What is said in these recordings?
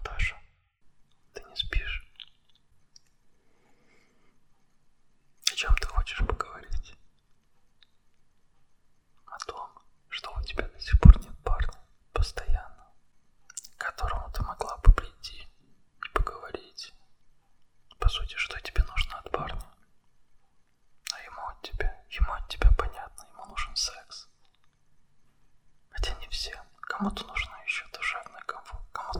Наташа, ты не спишь? О чем ты хочешь поговорить? О том, что у тебя до сих пор нет парня постоянно, к которому ты могла бы прийти и поговорить. По сути, что тебе нужно от парня? А ему от тебя понятно, ему нужен секс. Хотя не всем. Кому-то нужен еще душевный комфорт.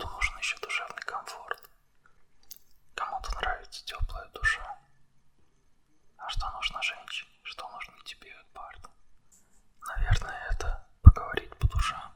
Кому-то нравится теплая душа. А что нужно женщине? Что нужно тебе от парня? Наверное, это поговорить по душам.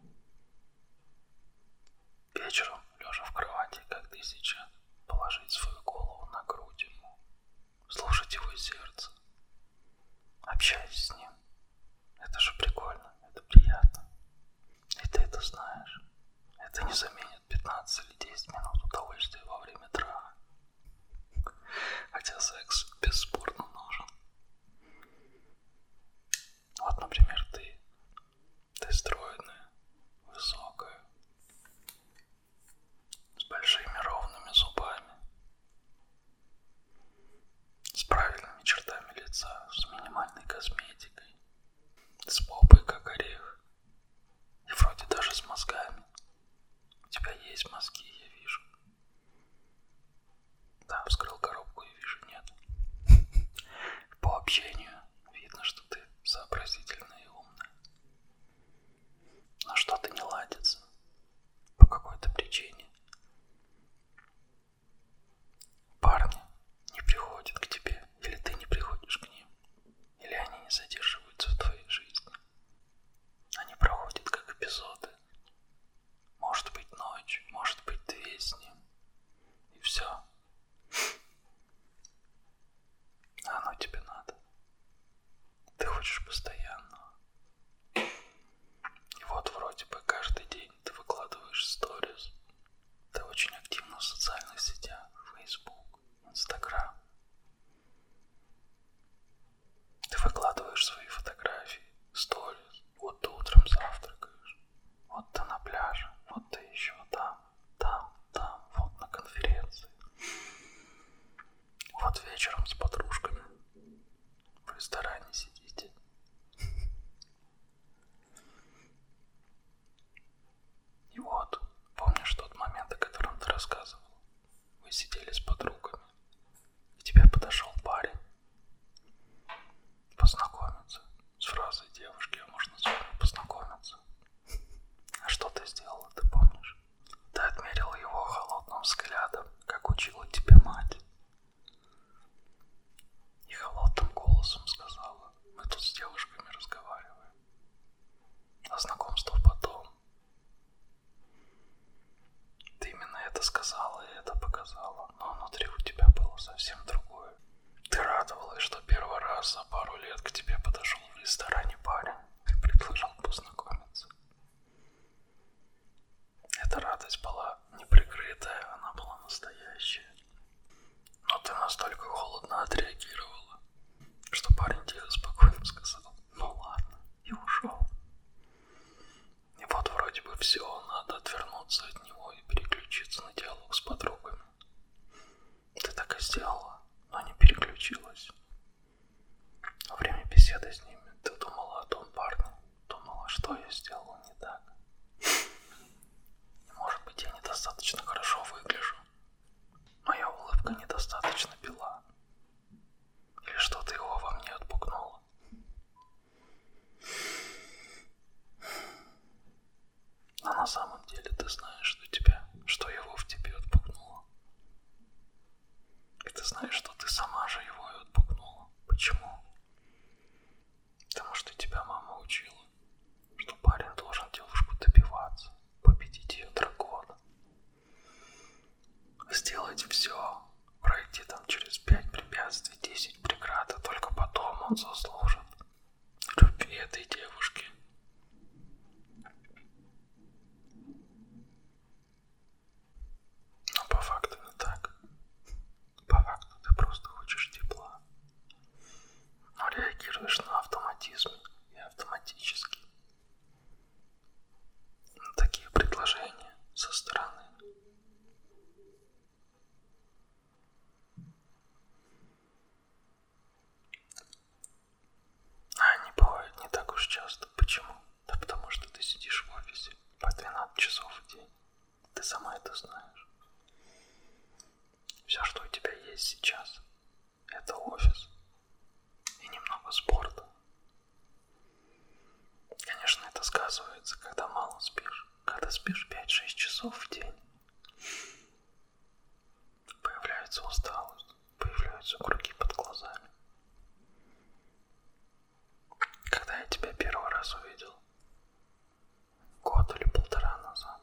Вечером, лежа в кровати, как ты сейчас, положить свою голову на грудь ему, слушать его сердце, общаясь с ним. Это же прикольно, это приятно. И ты это знаешь. Это не заменит 15 или 10 минут удовольствия во время траха. Хотя секс бесспорно нужен. Вот, например, ты стройная, высокая, с большими ровными зубами, с правильными чертами лица, с минимальной косметикой, с попой как орех, и вроде даже с мозгами. У тебя есть мозги, я вижу. Да, вскрыл коробку и вижу, нет. По общению видно, что ты сообразительная и умная. Но что-то не ладится. По какой-то причине. Парни не приходят к тебе, или ты не приходишь к ним, или они не задерживаются в твоей жизни. Они проходят как эпизоды. Может быть ночь, может быть 2 с ним. И все. А оно тебе надо. Ты хочешь постоянного. И вот вроде бы каждый день ты выкладываешь сторис. Ты очень активна в социальных сетях. Facebook, Instagram. Ты выкладываешь свои фотографии, сторис. Вот ты утром завтракаешь. Вот ты на пляже. Вот ты еще там. Вот на конференции. Вот вечером с подружками в ресторане сидите. И вот, помнишь тот момент, о котором ты рассказывал? Вы сидели с подругами, к тебе подошел парень познакомиться. С фразой девушки, а можно с вами познакомиться? А что ты сделала, ты помнишь? Ты отмерила его холодным взглядом, как учила тебя мать. И холодным голосом сказала: мы тут с девушками разговариваем. А знакомство потом. Ты именно это сказала и это показала, но внутри у тебя было совсем другое. Ты радовалась, что первый раз за пару лет к тебе подошел в ресторане парень и предложил познакомиться. Эта радость была не прикрытая, она была настоящая. Но ты настолько холодно отреагировала, что парень тебе спокойно сказал: ну ладно, и ушел. И вот вроде бы все, надо отвернуться от него и переключиться на диалог с подругами. Ты так и сделала, но не переключилась. Во время беседы с ними ты думала о том парне, думала, что я сделала не так. И может быть, я недостаточно хорошо выгляжу. Моя улыбка недостаточно бела. Или что-то его во мне отпугнуло. Но на самом деле ты знаешь, что его в тебе отпугнуло. И ты знаешь, что ты сама же его и отпугнула. Почему? Потому что тебя мама учила, что парень должен девушку добиваться, победить ее дракона. Сделать все, пройти там через 5 препятствий, 10 преград, а только потом он заслужит любви этой девушки. Но по факту не так. По факту ты просто хочешь тепла. Но реагируешь на автоматизм и автоматически на такие предложения со стороны. Ты сама это знаешь. Все, что у тебя есть сейчас, это офис и немного спорта. Конечно, это сказывается, когда мало спишь. Когда спишь 5-6 часов в день, появляется усталость, появляются круги под глазами. Когда я тебя первый раз увидел, год или полтора назад,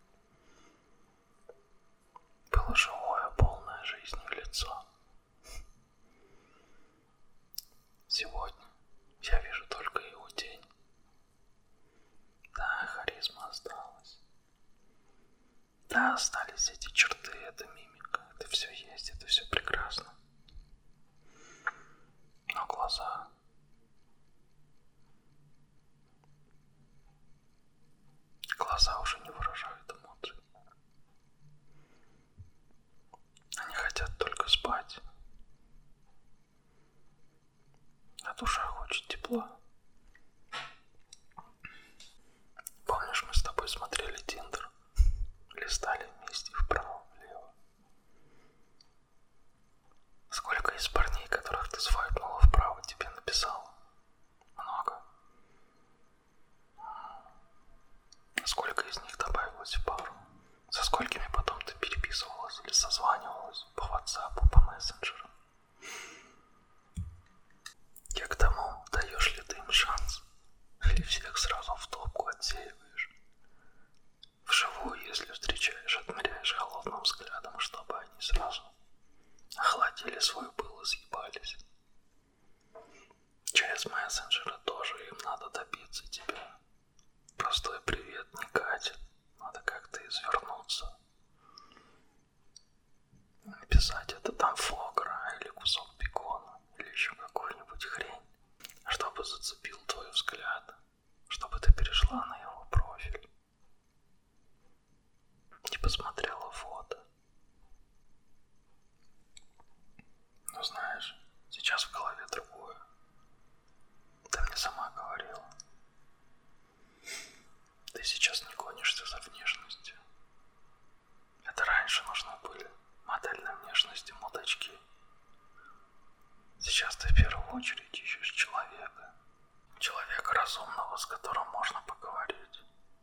было живое, полное жизнью лицо. Сегодня я вижу только его тень. Да, харизма осталась. Да, остались эти черты, эта мимика, это все есть, это все прекрасно. Но глаза... Глаза уже не выражают эмоций. Они хотят только спать. А душа хочет тепла. Помнишь, мы с тобой смотрели Тиндер? Листали вместе вправо-влево. Сколько из парней, которых ты свайпнула вправо, тебе написал? Много. Сколько из них добавилось в пару? Со сколькими потом ты переписывалась или созванивалась по WhatsApp, по мессенджерам? Я к тому, даешь ли ты им шанс, или всех сразу в топку отсеиваешь? Вживую, если встречаешь, отмеряешь холодным взглядом, чтобы они сразу охладили свой пыл и съебались. Через мессенджеры тоже им надо добиться тебя. Простой привет не катит, надо как-то извернуться. Написать это там фогра или кусок бекона, или еще какую-нибудь хрень, чтобы зацепил твой взгляд, чтобы ты перешла на его профиль и посмотрела фото. Но знаешь, сейчас в голове другое. Ты мне сама говорила. Ты сейчас не гонишься за внешностью. Это раньше нужны были модельной внешности мудачки. Сейчас ты в первую очередь ищешь человека. Человека разумного, с которым можно поговорить.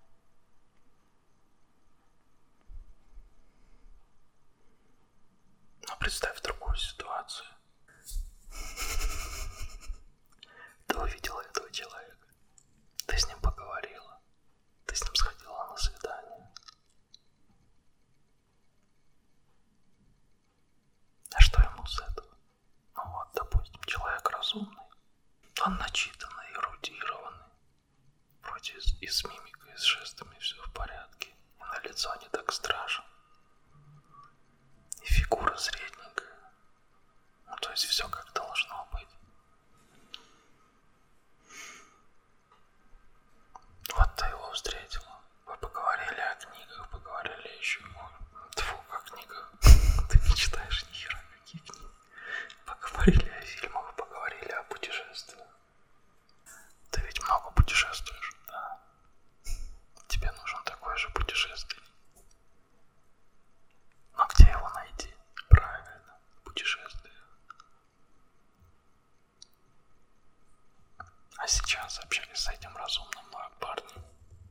Но представь другую ситуацию. Ты увидела этого человека. Ты с ним поговорила. Ты с ним сходила на свидание. А что ему с этого? Ну вот, допустим, человек разумный. Он начитанный, эрудированный. Вроде и с мимикой, и с жестами все в порядке. И на лицо не так страшен. И фигура средненькая. Ну, то есть все как должно быть. Вот ты его встретила. Вы поговорили о книгах, поговорили еще. Тьфу, о книгах. Ты не читаешь ни хера какие книги. Поговорили о фильмах, поговорили о путешествиях. Ты ведь много путешествуешь, да? Тебе нужен такой же путешественник. Но где его найти? Правильно, путешествие. А сейчас общались с этим разумным парнем.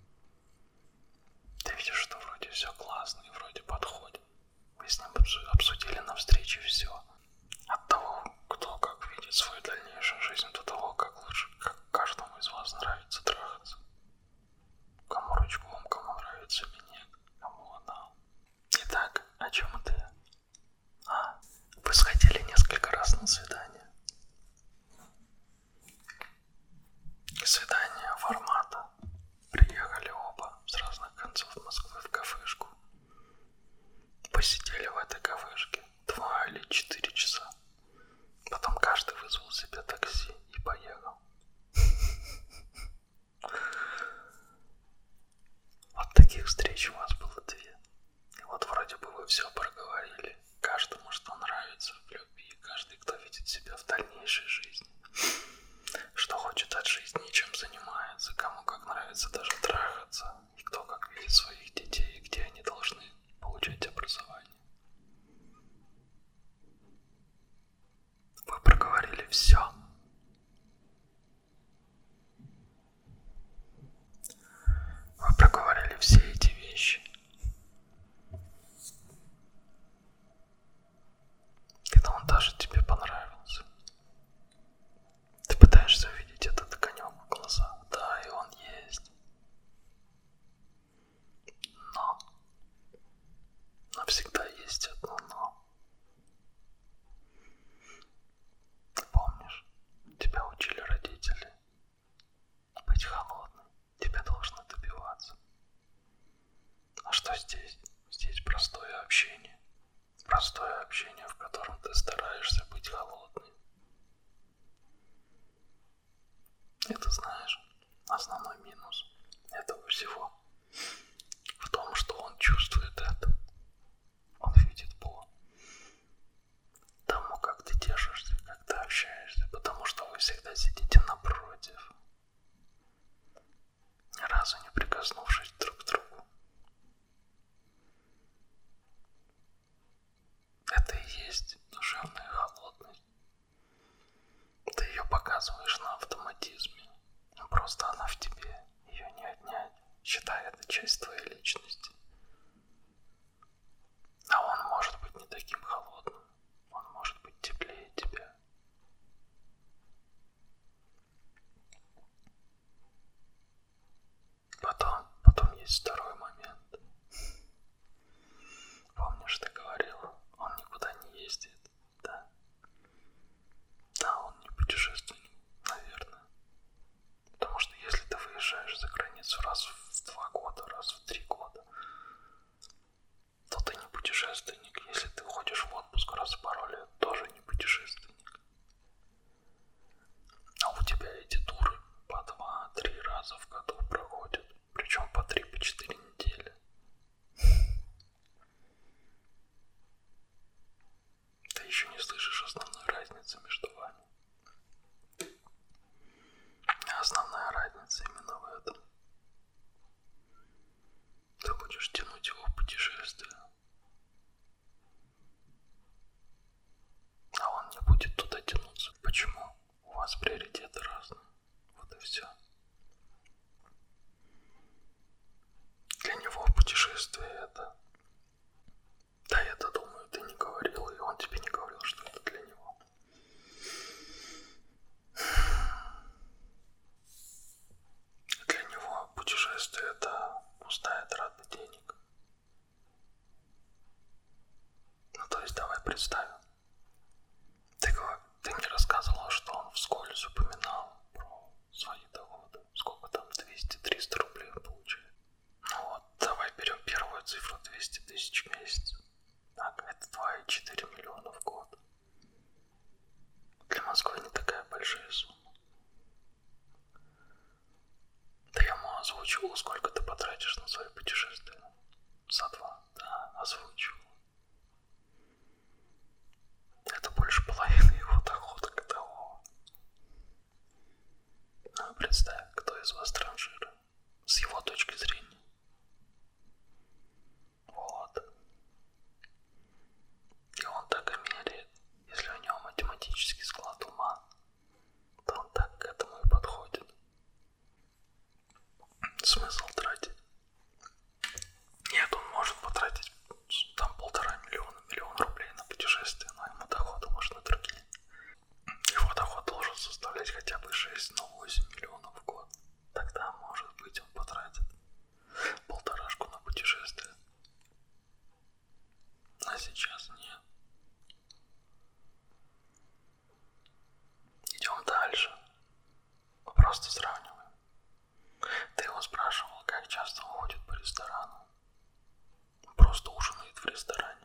Ты видишь, что вроде все классно и вроде подходит. Вы с ним обсудили на встрече все. От того, кто как видит свою дальнейшую жизнь, до того, как лучше, как каждому из вас нравится трахаться. Кому ручком, кому нравится минет, кому анал. Итак, о чем ты? Вы сходили несколько раз на свидание. Свидание формата. Приехали оба с разных концов Москвы в кафешку. Посидели в этой кафешке 2 или 4 часа. Потом каждый вызвал себе такси и поехал. Вот таких встреч у вас было 2. И вот вроде бы вы все проговорили. Каждому, что нравится в любви. Каждый, кто видит себя в дальнейшей жизни. Что хочет от жизни и чем занимается. Кому как нравится даже трахаться. И кто как видит своих детей. Где они должны Он даже тебе понравился. Ты пытаешься увидеть этот огонек в глаза. Да, и он есть. Но всегда есть одно но. Ты помнишь, тебя учили родители быть холодным. Тебе должны добиваться. А что здесь? Здесь простое общение. Простое общение, в котором ты стараешься быть холодным. И ты знаешь, основной минус этого всего в том, что он чувствует это. Он видит по тому, как ты держишься, как ты общаешься, потому что вы всегда сидите напротив, ни разу не прикоснувшись друг к другу. Это и есть душевная холодность. Ты ее показываешь на автоматизме. Просто она в тебе, ее не отнять. Считай, это часть твоей личности. А он может быть не таким холодным. Он может быть теплее тебя. Потом есть второй момент. Помнишь, ты говорила, он никуда не ездит, да? Да, он не путешественник, наверное. Потому что если ты выезжаешь за границу раз в 2 года, раз в 3 года, то ты не путешественник. Если ты ходишь в отпуск раз в пару лет, тоже не путешественник. А у тебя эти туры по 2-3 раза в году проходят. Причем по 3-4 недели. Ты еще не слышишь основной разницы между вами. А основная разница именно в этом. Ты будешь тянуть его в путешествие, а он не будет туда тянуться. Почему? У вас приоритеты разные. Вот и все. Для него путешествие это... Да, я-то думаю, ты не говорил, и он тебе не говорил, что это для него. Для него путешествие это пустая трата денег. Ну то есть давай представим. Ты мне рассказывала, что он вскользь упоминал про свои доходы. Сколько там, 200-300 рублей он получает. Ну вот, давай берем первую цифру, 200 тысяч в месяц. Так, это 2,4 миллиона в год. Для Москвы не такая большая сумма. Ты ему озвучивал, сколько ты потратишь на свое путешествие? За 2, да, озвучивал. Это больше половины его дохода годового. Ну, представь, кто из вас транжира, с его точки зрения. Вот. И он так и меряет. Если у него математический склад ума, то он так к этому и подходит. Смысл тратить? Нет, он может потратить там 1,5 миллиона рублей на путешествие, но ему доходы нужны другие. Его доход должен составлять хотя бы 6-8 миллионов в год. Тогда, может быть, он потратит 1,5 на путешествие. А сейчас нет. Идем дальше. Просто сравниваем. Ты его спрашивал, как часто он ходит по ресторану. Просто ужинает в ресторане.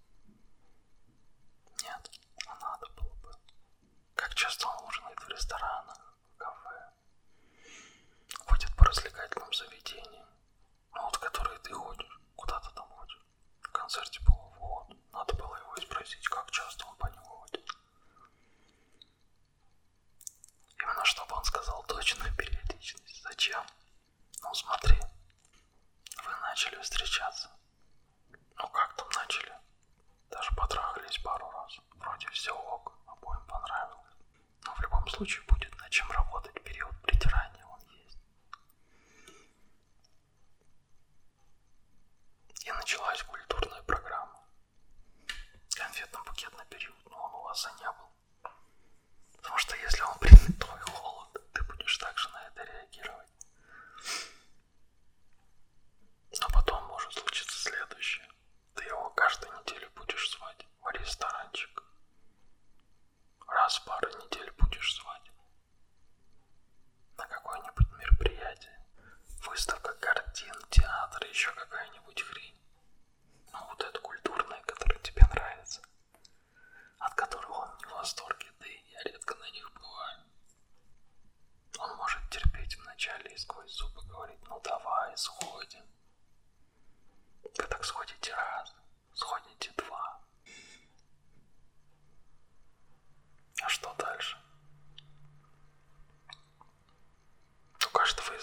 Нет, а надо было бы. Как часто он ужинает в ресторанах, в кафе. Ходит по развлекательным заведениям. Ну вот в которые ты ходишь. Куда ты там ходишь? В концерте был вот. Надо было его спросить, как часто он по нему ходит. Именно чтобы он сказал точную периодичность. Зачем? Ну смотри, вы начали встречаться. Ну как там начали? Даже потрахались пару раз. Вроде все ок, обоим понравилось. Но в любом случае будет над чем работать. Период притирания он есть. И началась культурная программа. Конфетно-букетный период, но он у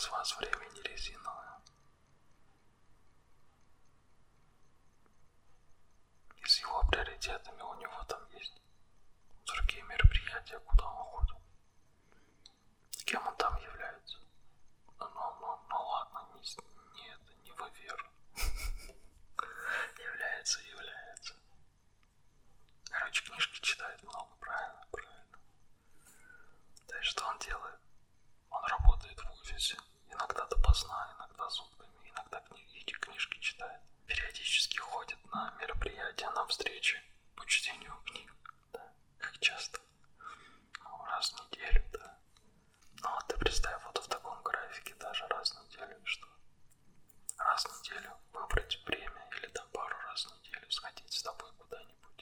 из вас время не резиновое. И с его приоритетами у него там есть другие мероприятия, куда он ходит. Кем он там является? Ну ладно, не Вавер. Является. Короче, книжки читает много, правильно. То есть, что он делает? Он работает в офисе, иногда допоздна, иногда сутками, иногда книжки читает. Периодически ходит на мероприятия, на встречи по чтению книг. Да, как часто? Ну, раз в неделю, да. Ну вот ты представь, вот в таком графике даже раз в неделю, что? Раз в неделю выбрать время или там пару раз в неделю сходить с тобой куда-нибудь.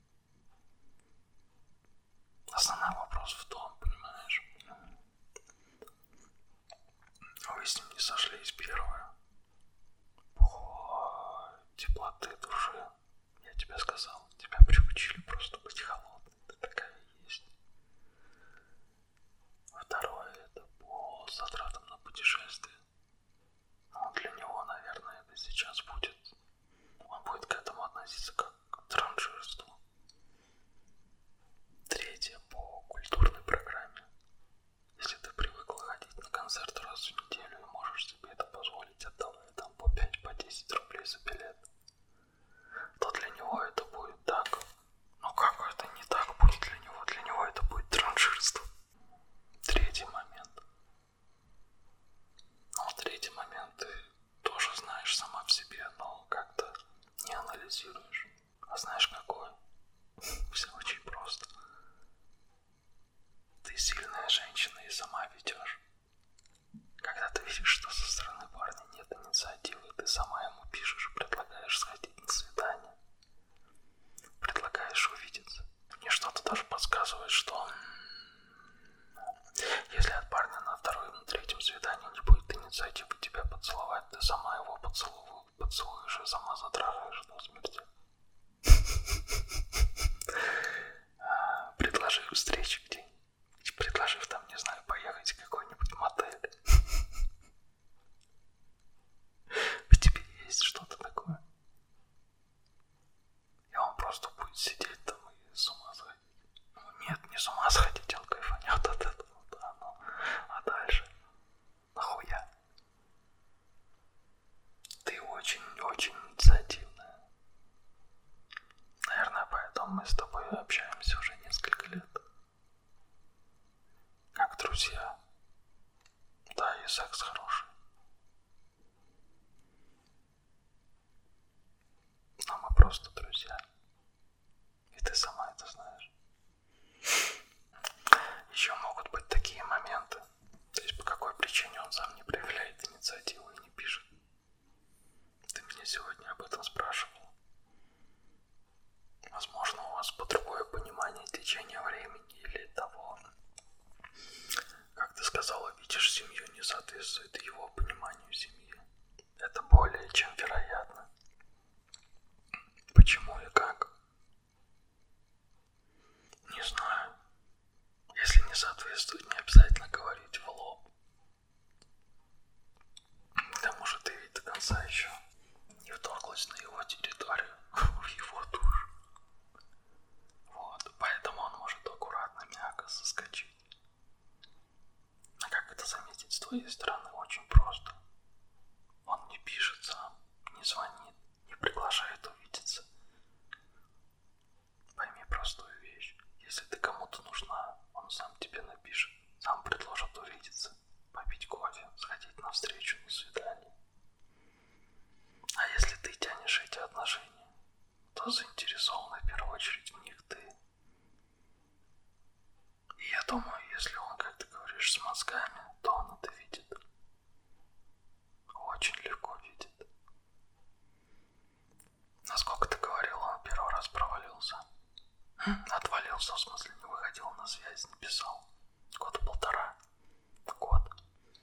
Основной вопрос в том, понимаешь, вы с ним не сошлись первое. По теплоты души. Я тебе сказал, тебя приучили просто быть холодной. Ты такая есть. Второе, это по затратам на путешествие. Ну, для него, наверное, это сейчас будет. Он будет к этому относиться как к транжирству. Третье, по культурной программе. Если ты привыкла ходить на концерт раз в неделю и можешь себе это позволить, отдавая там по 5-10 рублей за билет, то для него это будет так. Ну как это не так будет для него? Для него это будет транжирство. Третий момент. Ну, третий момент ты тоже знаешь сама в себе, но как-то не анализируешь. А знаешь какой? Все очень просто. Ты сильная женщина и сама ведешь. Когда ты видишь, что со стороны парня нет инициативы, ты сама ему пишешь, предлагаешь сходить на свидание. Предлагаешь увидеться. Мне что-то даже подсказывает, что если от парня на втором и на третьем свидании не будет инициативы тебя поцеловать, ты сама его поцелуешь и сама затрахаешь до смерти. Предложив встречи где-нибудь, предложив там, не знаю, поехать в какой-нибудь мотель. В тебе есть что-то такое. И он просто будет сидеть там и с ума сходить. Ну, нет, не с ума сходить, он кайфанет от этого, да, ну, а дальше? Нахуя? Ты очень-очень инициативная. Наверное, поэтому мы с тобой общаемся уже несколько лет. Как друзья. Да, и секс хороший. Но мы просто друзья. И ты сама это знаешь. Еще могут быть такие моменты. То есть по какой причине он сам не проявляет инициативу и не пишет. Ты меня сегодня об этом спрашивал. Возможно, у вас другое понимание течения времени или того, как ты сказала, видишь семью, не соответствует его пониманию семьи. Это более чем вероятно. Почему и как? Не знаю. Если не соответствует, не обязательно говорить в лоб. К тому же ты ведь до конца еще не вторглась на его территорию, в его душу. Вот, поэтому он может аккуратно, мягко соскочить. А как это заметить с твоей стороны? Очень просто. Он не пишет сам, не звонит, не приглашает увидеться. Пойми простую вещь. Если ты кому-то нужна, он сам тебе напишет, сам предложит увидеться, попить кофе, сходить на встречу, на свидание. А если ты тянешь эти отношения, то заинтересована в первую очередь в них ты. И я думаю, если он, как ты говоришь, с мозгами, то он это видит. Очень легко видит. Насколько ты говорил, он первый раз провалился. Отвалился, в смысле, не выходил на связь, не писал. Года 1,5. Год.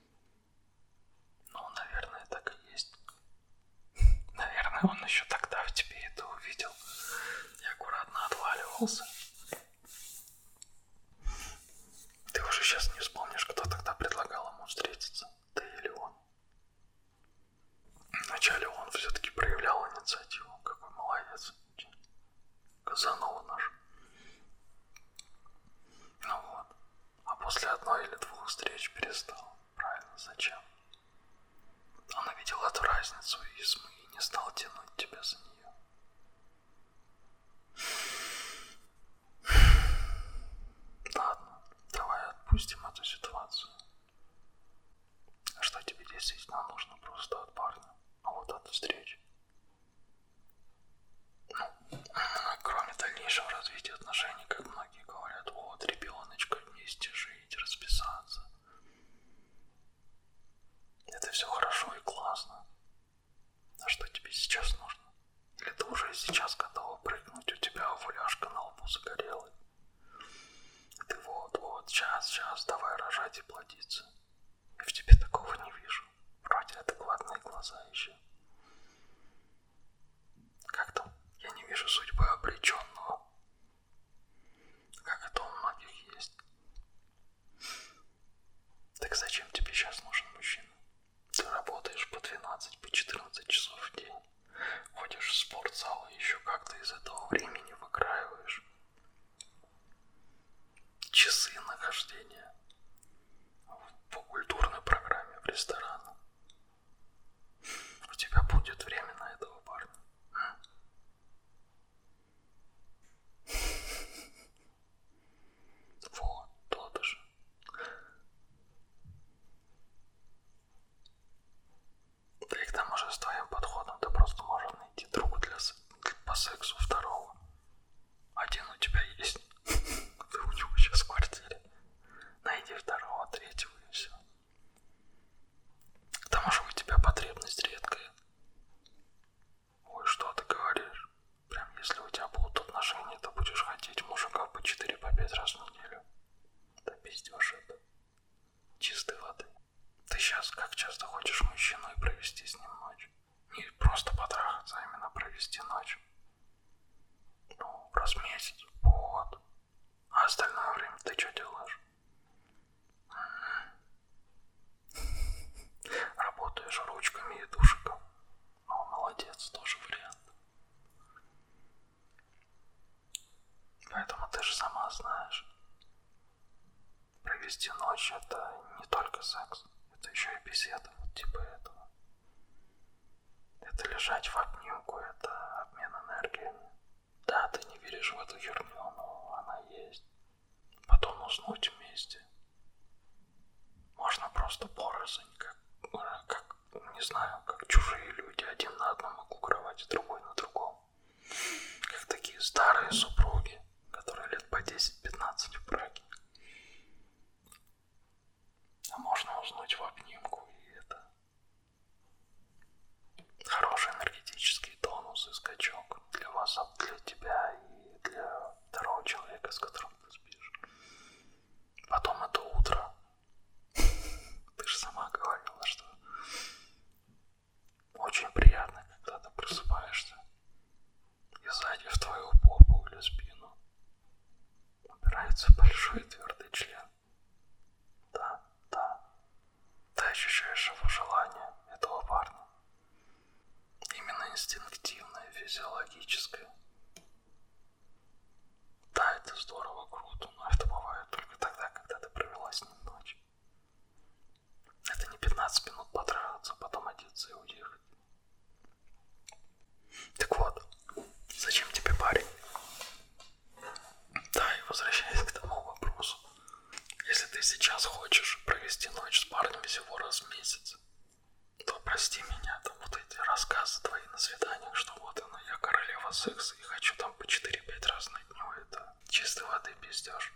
Ну, наверное, так и есть. Наверное, он еще тогда в тебе это увидел и аккуратно отваливался. Ты уже сейчас не вспомнишь, кто тогда предлагал ему встретиться. Ты или занова наш. Ну вот. А после одной или двух встреч перестал. Правильно, зачем? Он увидел эту разницу и не стал тянуть тебя за нее. Ладно, давай отпустим эту ситуацию. А что тебе действительно нужно просто от парня? Ну вот от встречи. Кроме дальнейшего развития отношений, как многие говорят, вот, ребеночка, вместе жить, расписаться. Это все хорошо и классно. А что тебе сейчас нужно? Или ты уже сейчас готова прыгнуть, у тебя овуляшка на лбу загорелая? Ты вот, сейчас, давай рожать и плодиться. Я в тебе такого не вижу. Вроде адекватные глаза еще. Как там? Я не вижу судьбы обреченного. Как это у многих есть. Так зачем тебе сейчас нужен мужчина? Ты работаешь по 12, по 14 часов в день. Ходишь в спортзал и еще как-то из этого времени выкраиваешь. Часы нахождения по культурной программе в ресторан. У тебя будет время на этого парня. Вот, то-то же. Да и к тому же с твоим подходом ты просто можешь найти друга по сексу второго. Один у тебя есть. Ты у него сейчас в квартире. Найди второго, третьего и все. К тому же у тебя потребность редкая. Ой, что ты говоришь? Прям если у тебя будут отношения, ты будешь хотеть мужика по 4-5 раз в неделю. Да пиздешь это. Чистой воды. Ты сейчас как часто хочешь мужчину и провести с ним ночь? Не просто потрахаться, а именно провести ночь. Ну, раз в месяц. Вот. А остальное время ты что делаешь? Работаешь ручками и душиком. Ну, молодец, тоже вариант. Поэтому ты же сама знаешь. Провести ночь — это не только секс. Это еще и беседа, вот типа этого. Это лежать в обнимку, это обмен энергиями. Да, ты не веришь в эту херню, но она есть. Потом уснуть вместе. Можно просто порознь, как не знаю, как чужие люди. Один на одном углу кровати, другой на другом. Как такие старые супруги, которые лет по 10-15 в браке. А можно уснуть в обнимку, и это хороший энергетический тонус и скачок для вас, для тебя и для второго человека, с которым ты спишь. Потом это утро. Ты же сама говорила, что очень приятно, когда ты просыпаешься и сзади в твою попу или спину упирается большой твердый член. Да. Ты ощущаешь его желание, этого парня. Именно инстинктивное, физиологическое. Да, это здорово, круто, но это бывает только тогда, когда ты провела с ним ночь. Это не 15 минут потрахаться, потом одеться и уехать. Так вот, зачем тебе парень? Да, и возвращаясь к тому вопросу. Если ты сейчас хочешь провести ночь с парнем всего раз в месяц, то прости меня, там вот эти рассказы твои на свиданиях, что вот она, я королева секса и хочу там по 4-5 раз на дню, это чистой воды пиздешь.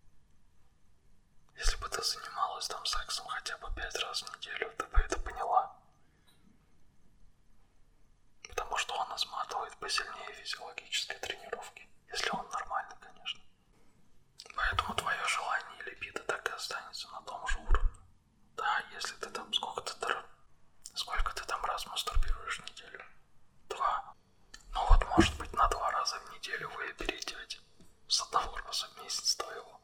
Если бы ты занималась там сексом хотя бы 5 раз в неделю, ты бы это поняла. Потому что он изматывает посильнее физиологической тренировки. Если он нормальный, конечно. Поэтому твое желание и либидо так и останется на том же уровне. Да, если ты там сколько ты там раз мастурбируешь в неделю? 2. Ну вот, может быть, на 2 раза в неделю вы перейдете с 1 раза в месяц твоего.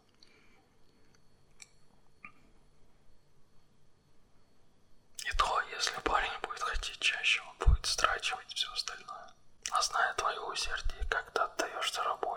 И то, если парень будет хотеть чаще, он будет страчивать все остальное. А зная твое усердие, как ты отдаешься работе,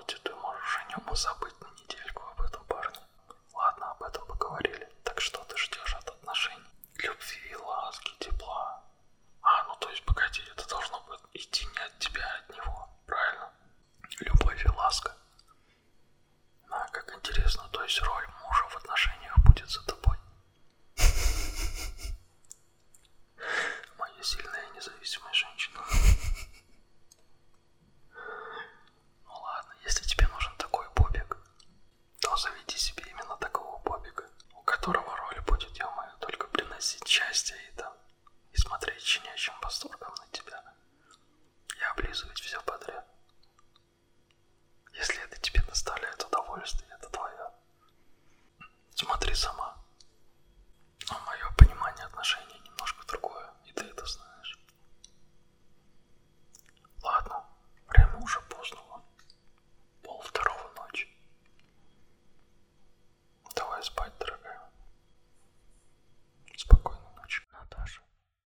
и смотреть щенячьим восторгом на тебя и облизывать все подряд. Если это тебе доставляет удовольствие, это твое.